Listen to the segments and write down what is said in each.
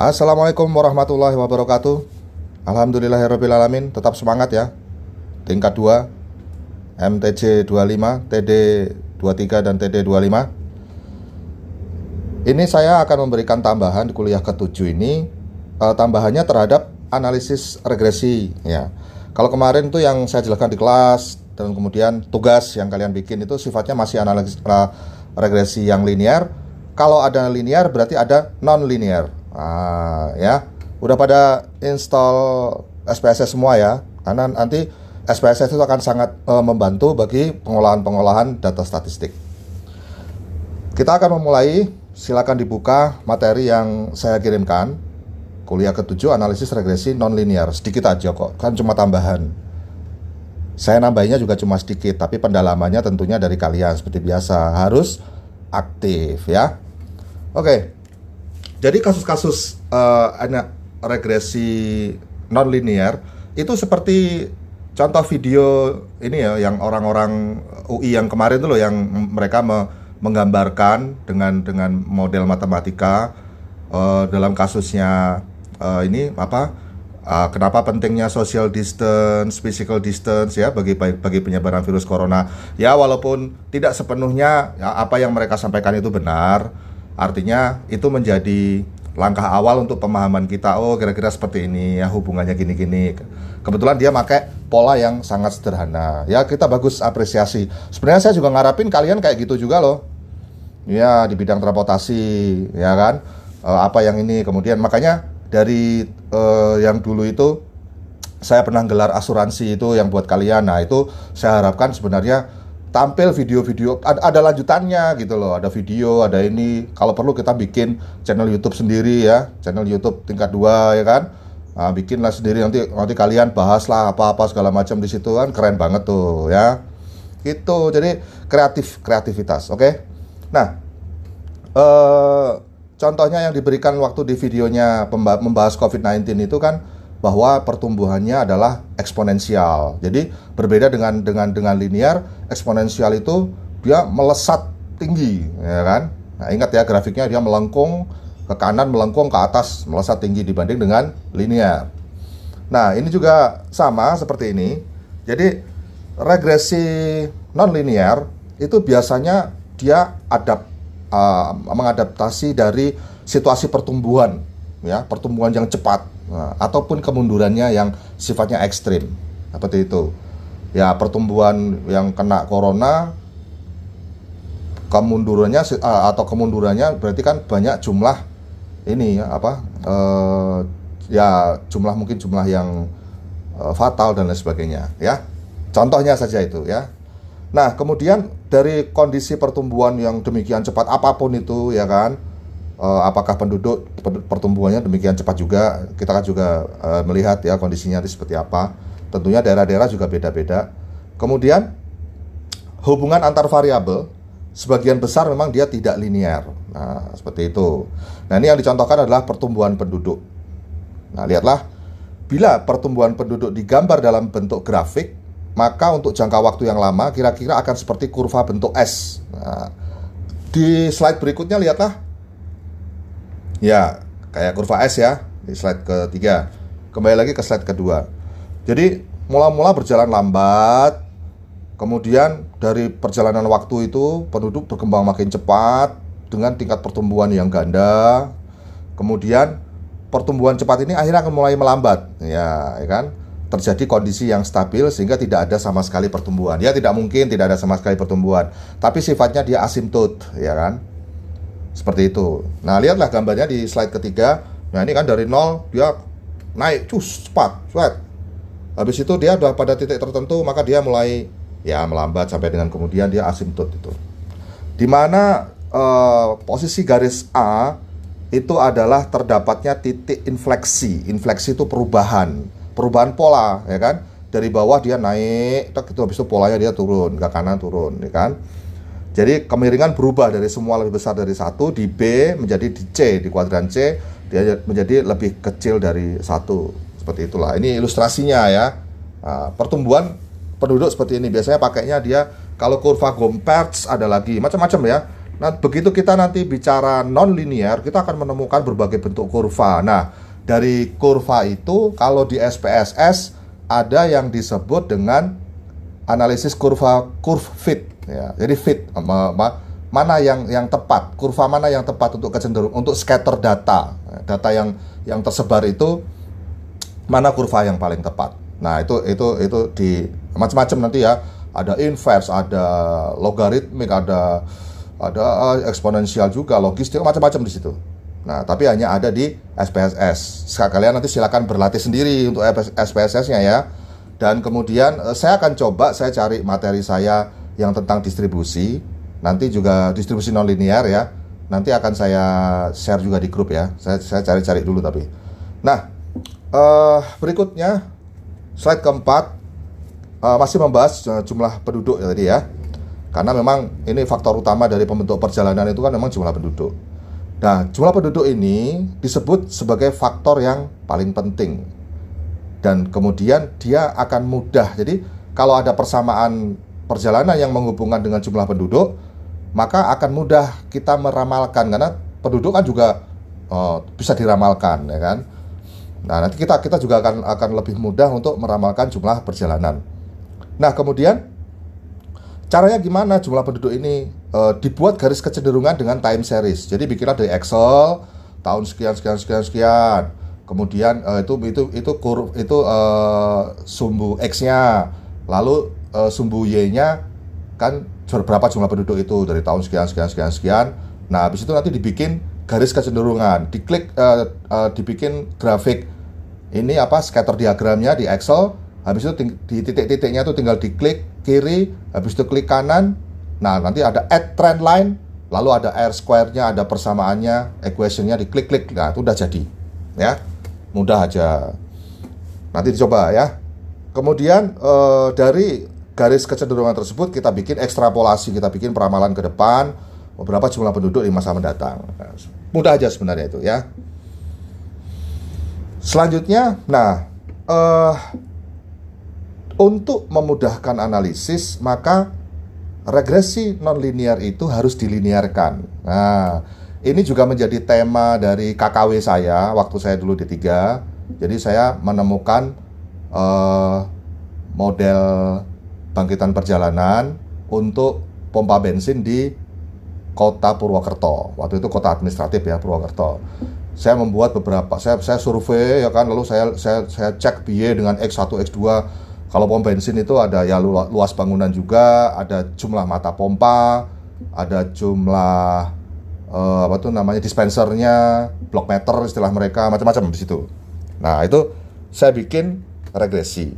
Assalamualaikum warahmatullahi wabarakatuh. Alhamdulillahirrabbilalamin. Tetap semangat ya. Tingkat 2 MTJ 25, TD 23 dan TD 25. Ini saya akan memberikan tambahan di kuliah ke-7 ini. Tambahannya terhadap analisis regresi ya. Kalau kemarin tuh yang saya jelaskan di kelas dan kemudian tugas yang kalian bikin itu sifatnya masih analisis regresi yang linear. Kalau ada linear berarti ada non linear. Ya, udah pada install SPSS semua ya, karena nanti SPSS itu akan sangat membantu bagi pengolahan data statistik. Kita akan memulai, silakan dibuka materi yang saya kirimkan, kuliah ke-7 analisis regresi non linear. Sedikit aja kok, kan cuma tambahan. Saya nambahinnya juga cuma sedikit, tapi pendalamannya tentunya dari kalian seperti biasa, harus aktif ya. Oke. Jadi kasus-kasus regresi non-linear itu seperti contoh video ini ya, yang orang-orang UI yang kemarin itu loh, yang mereka menggambarkan dengan model matematika dalam kasusnya ini apa? Kenapa pentingnya social distance, physical distance ya bagi penyebaran virus corona. Ya walaupun tidak sepenuhnya ya, apa yang mereka sampaikan itu benar. Artinya itu menjadi langkah awal untuk pemahaman kita. Oh kira-kira seperti ini ya, hubungannya gini-gini. Kebetulan dia pakai pola yang sangat sederhana. Ya kita bagus apresiasi. Sebenarnya saya juga ngarapin kalian kayak gitu juga loh. Ya di bidang transportasi ya kan. Apa yang ini kemudian makanya dari yang dulu itu saya pernah gelar asuransi itu yang buat kalian. Nah itu saya harapkan sebenarnya tampil video-video, ada lanjutannya gitu loh, ada video, ada ini. Kalau perlu kita bikin channel YouTube sendiri ya, channel YouTube tingkat 2 ya kan. Bikinlah sendiri, nanti kalian bahas lah apa-apa segala macam di situ kan, keren banget tuh ya. Gitu, jadi kreativitas, oke? Nah, contohnya yang diberikan waktu di videonya membahas COVID-19 itu kan bahwa pertumbuhannya adalah eksponensial. Jadi berbeda dengan linear, eksponensial itu dia melesat tinggi, ya kan? Nah, ingat ya grafiknya, dia melengkung ke kanan, melengkung ke atas, melesat tinggi dibanding dengan linear. Nah, ini juga sama seperti ini. Jadi regresi non linear itu biasanya dia mengadaptasi dari situasi pertumbuhan, ya, pertumbuhan yang cepat. Nah, ataupun kemundurannya yang sifatnya ekstrim seperti itu ya, pertumbuhan yang kena corona, kemundurannya berarti kan banyak jumlah ini ya, ya mungkin jumlah yang fatal dan lain sebagainya ya, contohnya saja itu ya. Nah kemudian dari kondisi pertumbuhan yang demikian cepat apapun itu ya kan, apakah penduduk pertumbuhannya demikian cepat juga, kita kan juga melihat ya kondisinya seperti apa. Tentunya daerah-daerah juga beda-beda. Kemudian hubungan antar variabel sebagian besar memang dia tidak linear. Nah seperti itu. Nah ini yang dicontohkan adalah pertumbuhan penduduk. Nah lihatlah, bila pertumbuhan penduduk digambar dalam bentuk grafik, maka untuk jangka waktu yang lama kira-kira akan seperti kurva bentuk S. Nah, di slide berikutnya lihatlah. Ya, kayak kurva S ya, di slide ketiga. Kembali lagi ke slide kedua. Jadi, mula-mula berjalan lambat. Kemudian, dari perjalanan waktu itu, penduduk berkembang makin cepat dengan tingkat pertumbuhan yang ganda. Kemudian, pertumbuhan cepat ini akhirnya akan mulai melambat. Ya kan? Terjadi kondisi yang stabil sehingga tidak ada sama sekali pertumbuhan. Ya, tidak mungkin tidak ada sama sekali pertumbuhan. Tapi sifatnya dia asimtot, ya kan? Seperti itu. Nah, lihatlah gambarnya di slide ketiga. Nah, ini kan dari 0 dia naik cepat, sweat. Habis itu dia udah pada titik tertentu, maka dia mulai ya melambat sampai dengan kemudian dia asimtot itu. Di mana posisi garis A itu adalah terdapatnya titik infleksi. Infleksi itu perubahan pola, ya kan? Dari bawah dia naik, gitu, habis itu polanya dia turun, ke kanan turun, ya kan? Jadi kemiringan berubah dari semua lebih besar dari 1 di B menjadi di C, di kuadran C dia menjadi lebih kecil dari 1. Seperti itulah. Ini ilustrasinya ya. Nah, pertumbuhan penduduk seperti ini biasanya pakainya dia, kalau kurva Gompertz ada lagi macam-macam ya. Nah, begitu kita nanti bicara non-linear, kita akan menemukan berbagai bentuk kurva. Nah, dari kurva itu, kalau di SPSS ada yang disebut dengan analisis curve fit. Ya, jadi fit, mana yang tepat, kurva mana yang tepat untuk kecenderungan, untuk scatter data yang tersebar itu, mana kurva yang paling tepat. Nah, itu di macam-macam nanti ya. Ada inverse, ada logaritmik, ada eksponensial juga, logistik, macam-macam di situ. Nah, tapi hanya ada di SPSS. Kalian nanti silakan berlatih sendiri untuk SPSS-nya ya. Dan kemudian saya akan coba saya cari materi saya yang tentang distribusi. Nanti juga distribusi nonlinear ya. Nanti akan saya share juga di grup ya. Saya cari-cari dulu tapi. Nah, berikutnya slide keempat masih membahas jumlah penduduk ya tadi ya. Karena memang ini faktor utama dari pembentuk perjalanan itu kan memang jumlah penduduk. Nah, jumlah penduduk ini disebut sebagai faktor yang paling penting. Dan kemudian dia akan mudah. Jadi, kalau ada persamaan perjalanan yang menghubungkan dengan jumlah penduduk, maka akan mudah kita meramalkan. Karena penduduk kan juga bisa diramalkan, ya kan? Nah, nanti kita juga akan lebih mudah untuk meramalkan jumlah perjalanan. Nah, kemudian caranya gimana jumlah penduduk ini dibuat garis kecenderungan dengan time series. Jadi bikinlah dari Excel tahun sekian. Kemudian itu sumbu X-nya, lalu sumbu Y-nya kan berapa jumlah penduduk itu dari tahun sekian. Nah, habis itu nanti dibikin garis kecenderungan, dibikin grafik ini scatter diagramnya di Excel. Habis itu di titik-titiknya itu tinggal diklik kiri, habis itu klik kanan. Nah, nanti ada add trend line, lalu ada R square-nya, ada persamaannya, equation-nya diklik-klik. Nah, itu udah jadi. Ya. Mudah aja. Nanti dicoba ya. Kemudian dari garis kecenderungan tersebut kita bikin ekstrapolasi, kita bikin peramalan ke depan berapa jumlah penduduk di masa mendatang. Nah, mudah aja sebenarnya itu ya. Selanjutnya, untuk memudahkan analisis, maka regresi nonlinear itu harus dilinearkan. Nah, ini juga menjadi tema dari KKW saya waktu saya dulu D3. Jadi saya menemukan model bangkitan perjalanan untuk pompa bensin di kota Purwokerto. Waktu itu kota administratif ya, Purwokerto. Saya membuat beberapa, saya survei ya kan, lalu saya cek biaya dengan X1, X2. Kalau pom bensin itu ada ya luas bangunan juga, ada jumlah mata pompa, ada jumlah dispensernya, block meter istilah mereka, macam-macam di situ. Nah, itu saya bikin regresi.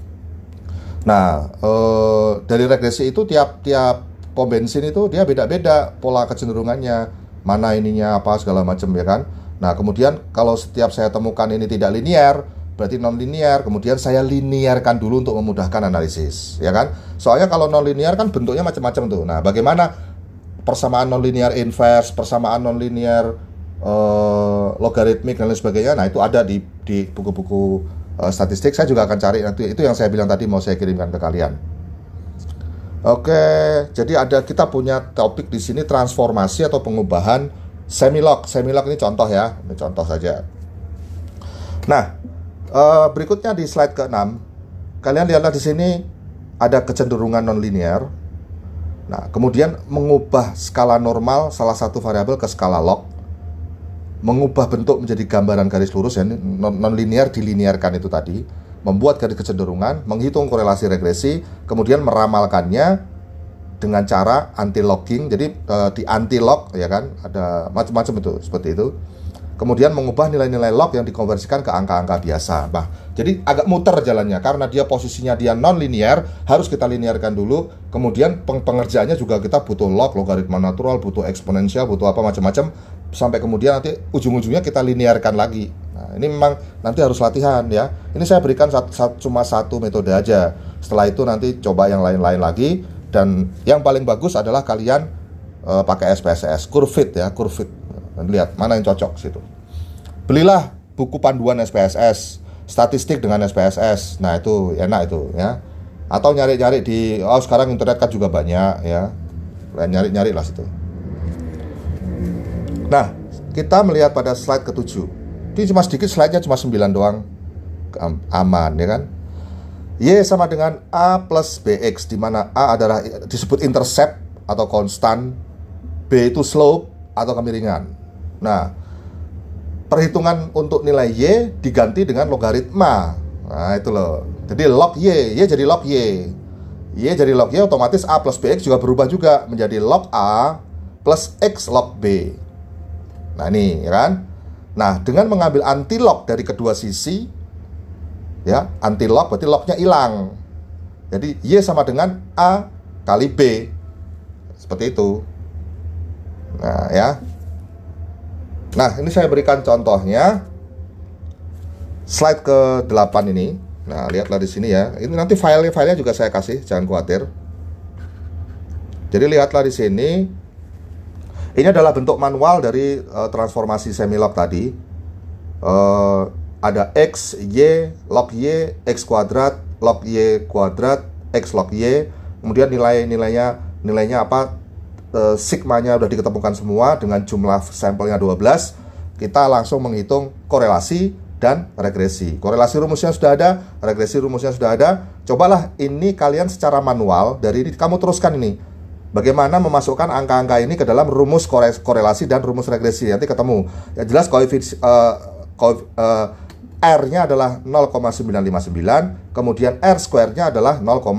Nah, dari regresi itu tiap pom bensin itu dia beda-beda pola kecenderungannya, mana ininya apa segala macam ya kan. Nah, kemudian kalau setiap saya temukan ini tidak linear, berarti non-linear, kemudian saya linearkan dulu untuk memudahkan analisis, ya kan? Soalnya kalau non-linear kan bentuknya macam-macam tuh. Nah, bagaimana persamaan non-linear inverse, persamaan non-linear logaritmik dan lain sebagainya. Nah, itu ada di buku-buku statistik. Saya juga akan cari nanti, itu yang saya bilang tadi mau saya kirimkan ke kalian. Oke, jadi kita punya topik di sini transformasi atau pengubahan semilog. Semilog ini contoh ya, ini contoh saja. Nah, berikutnya di slide ke-6, kalian lihatlah di sini ada kecenderungan nonlinear. Nah, kemudian mengubah skala normal salah satu variabel ke skala log, mengubah bentuk menjadi gambaran garis lurus ya, nonlinear dilinearkan itu tadi, membuat garis kecenderungan, menghitung korelasi regresi, kemudian meramalkannya dengan cara anti-logging. Jadi di anti-log ya kan, ada macam-macam itu seperti itu. Kemudian mengubah nilai-nilai log yang dikonversikan ke angka-angka biasa. Nah, jadi agak muter jalannya karena dia posisinya dia non-linear, harus kita linearkan dulu. Kemudian pengerjaannya juga kita butuh log, logaritma natural, butuh eksponensial, butuh apa macam-macam, sampai kemudian nanti ujung-ujungnya kita linearkan lagi. Nah, ini memang nanti harus latihan ya. Ini saya berikan cuma satu metode aja. Setelah itu nanti coba yang lain-lain lagi. Dan yang paling bagus adalah kalian pakai SPSS, curve fit ya, curve fit. Lihat mana yang cocok situ. Belilah buku panduan SPSS, statistik dengan SPSS. Nah, itu enak itu ya. Atau nyari-nyari di sekarang internet kan juga banyak ya. Nyari-nyari lah situ. Nah, kita melihat pada slide ke-7. Ini cuma sedikit, slide-nya cuma 9 doang. Aman, ya kan? Y sama dengan A plus BX, di mana A adalah disebut intercept atau konstan, B itu slope atau kemiringan. Nah, perhitungan untuk nilai Y diganti dengan logaritma. Nah, itu loh. Jadi log Y jadi log Y. Y jadi log Y, otomatis A plus BX juga berubah juga menjadi log A plus X log B. Nah, ini, ya kan? Nah, dengan mengambil antilog dari kedua sisi, ya, antilog berarti lognya hilang. Jadi Y sama dengan A kali B. Seperti itu. Nah, ya. Nah, ini saya berikan contohnya. Slide ke-8 ini. Nah, lihatlah di sini ya. Ini nanti filenya juga saya kasih, jangan khawatir. Jadi lihatlah di sini. Ini adalah bentuk manual dari transformasi semilog tadi. Ada X, Y, log Y, X kuadrat, log Y kuadrat, X log Y. Kemudian nilainya apa? Sigmanya udah diketemukan semua dengan jumlah sampelnya 12. Kita langsung menghitung korelasi dan regresi. Korelasi rumusnya sudah ada, regresi rumusnya sudah ada. Cobalah ini kalian secara manual, dari ini kamu teruskan ini. Bagaimana memasukkan angka-angka ini ke dalam rumus korelasi dan rumus regresi. Nanti ketemu. Yang jelas R-nya adalah 0,959, kemudian R square-nya adalah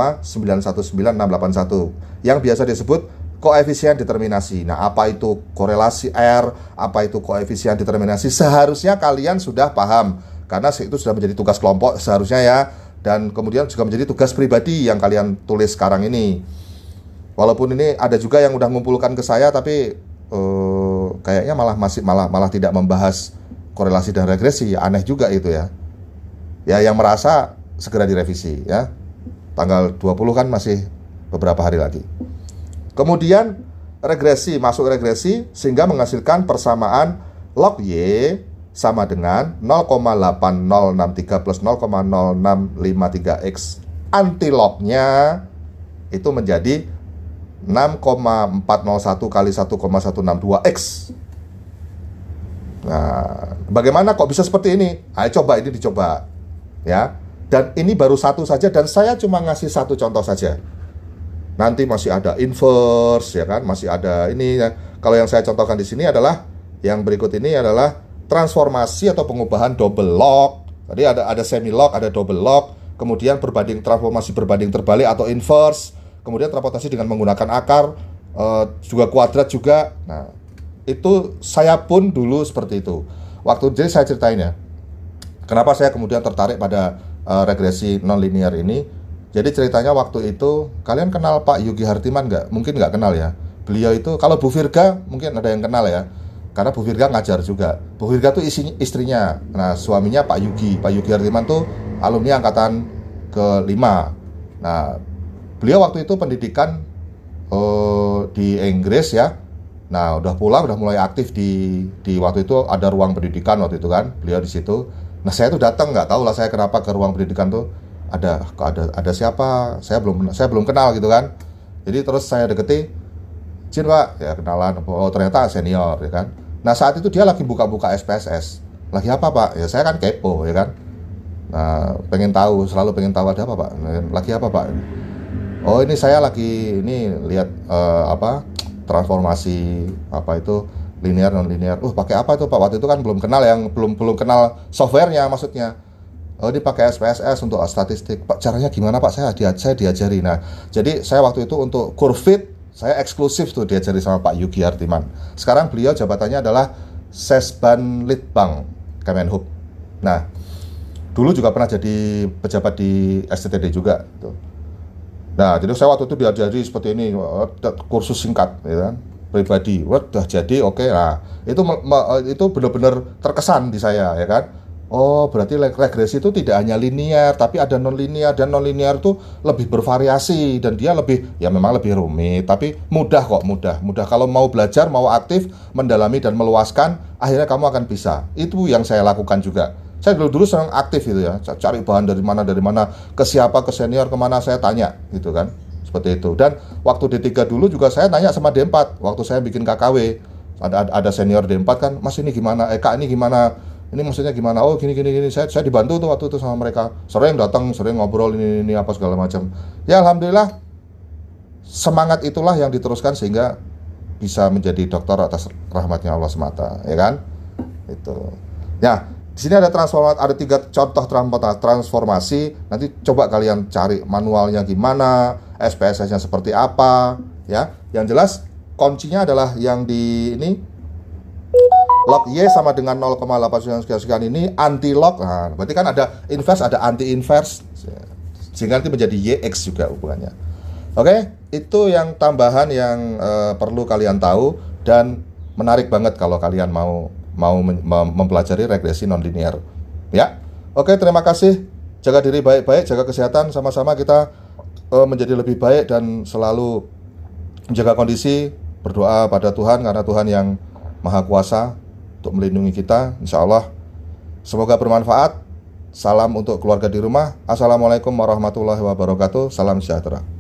0,919681, yang biasa disebut koefisien determinasi. Nah, apa itu korelasi R, apa itu koefisien determinasi, seharusnya kalian sudah paham, karena itu sudah menjadi tugas kelompok seharusnya ya, dan kemudian juga menjadi tugas pribadi yang kalian tulis sekarang ini. Walaupun ini ada juga yang udah ngumpulkan ke saya, tapi kayaknya malah tidak membahas korelasi dan regresi. Aneh juga itu ya. Ya, yang merasa segera direvisi ya. Tanggal 20 kan masih beberapa hari lagi. Kemudian regresi, masuk regresi sehingga menghasilkan persamaan log Y sama dengan 0,8063 plus 0,0653X. Antilognya itu menjadi 6,401 kali 1,162X. Nah, bagaimana kok bisa seperti ini? Ayo coba, ini dicoba ya. Dan ini baru satu saja, dan saya cuma ngasih satu contoh saja. Nanti masih ada inverse ya kan, masih ada ini ya. Kalau yang saya contohkan di sini adalah yang berikut ini adalah transformasi atau pengubahan double log. Tadi ada semi log, ada double log, kemudian transformasi berbanding terbalik atau inverse, kemudian transportasi dengan menggunakan akar, juga kuadrat juga. Nah, itu saya pun dulu seperti itu. Jadi saya ceritain ya, kenapa saya kemudian tertarik pada regresi nonlinear ini. Jadi ceritanya waktu itu, kalian kenal Pak Yugi Hartiman nggak? Mungkin nggak kenal ya. Beliau itu, kalau Bu Virga mungkin ada yang kenal ya, karena Bu Virga ngajar juga. Bu Virga tuh istrinya, nah suaminya Pak Yugi. Pak Yugi Hartiman tuh alumni angkatan ke-5. Nah, beliau waktu itu pendidikan di Inggris ya. Nah, udah pulang, udah mulai aktif di waktu itu ada ruang pendidikan waktu itu kan, beliau di situ. Nah, saya tuh datang, nggak tahu lah saya kenapa ke ruang pendidikan tuh. Ada siapa? Saya belum kenal gitu kan. Jadi terus saya deketi, "Jin, Pak," ya kenalan. Oh, ternyata senior ya kan. Nah, saat itu dia lagi buka-buka SPSS. Lagi apa, Pak? Ya saya kan kepo ya kan. Nah, selalu pengen tahu ada apa, Pak. Lagi apa, Pak? Oh, ini saya lagi lihat transformasi apa itu linear non linear. Pakai apa itu, Pak? Waktu itu kan belum kenal belum kenal softwarenya maksudnya. Oh, ini pakai SPSS untuk statistik. Pak, caranya gimana, Pak? Saya diajari. Nah, jadi saya waktu itu untuk Kurvit saya eksklusif tuh diajari sama Pak Yugi Hartiman. Sekarang beliau jabatannya adalah Sesban Litbang Kemenhub. Nah, dulu juga pernah jadi pejabat di STTD juga tuh. Nah, jadi saya waktu itu diajari seperti ini, kursus singkat ya kan, pribadi. Udah jadi oke. Nah, itu benar-benar terkesan di saya ya kan. Oh, berarti regresi itu tidak hanya linear, tapi ada non-linear, dan non-linear itu lebih bervariasi, dan dia memang lebih rumit, tapi mudah kok, mudah. Kalau mau belajar, mau aktif, mendalami dan meluaskan, akhirnya kamu akan bisa. Itu yang saya lakukan juga. Saya dulu senang aktif gitu ya, cari bahan dari mana, ke siapa, ke senior, kemana saya tanya, gitu kan, seperti itu. Dan waktu D3 dulu juga saya tanya sama D4, waktu saya bikin KKW. Ada senior D4 kan, Mas ini gimana, Kak ini gimana, ini maksudnya gimana, oh gini gini gini, saya dibantu tuh waktu itu sama mereka, sering datang, sering ngobrol ini apa segala macam. Ya alhamdulillah, semangat itulah yang diteruskan sehingga bisa menjadi dokter atas rahmatnya Allah semata, ya kan? Itu. Ya, di sini ada transformasi, ada 3 contoh transformasi. Nanti coba kalian cari manualnya gimana, SPSS-nya seperti apa, ya. Yang jelas kuncinya adalah yang di ini log Y sama dengan 0,8 sekian ini anti log. Nah, berarti kan ada inverse, ada anti inverse, sehingga nanti menjadi YX juga hubungannya. Oke, itu yang tambahan yang perlu kalian tahu dan menarik banget kalau kalian mau mempelajari regresi nonlinear. Ya, oke, terima kasih. Jaga diri baik-baik, jaga kesehatan, sama-sama kita menjadi lebih baik dan selalu menjaga kondisi, berdoa pada Tuhan karena Tuhan yang Maha Kuasa untuk melindungi kita. Insya Allah, semoga bermanfaat. Salam untuk keluarga di rumah. Assalamualaikum warahmatullahi wabarakatuh. Salam sejahtera.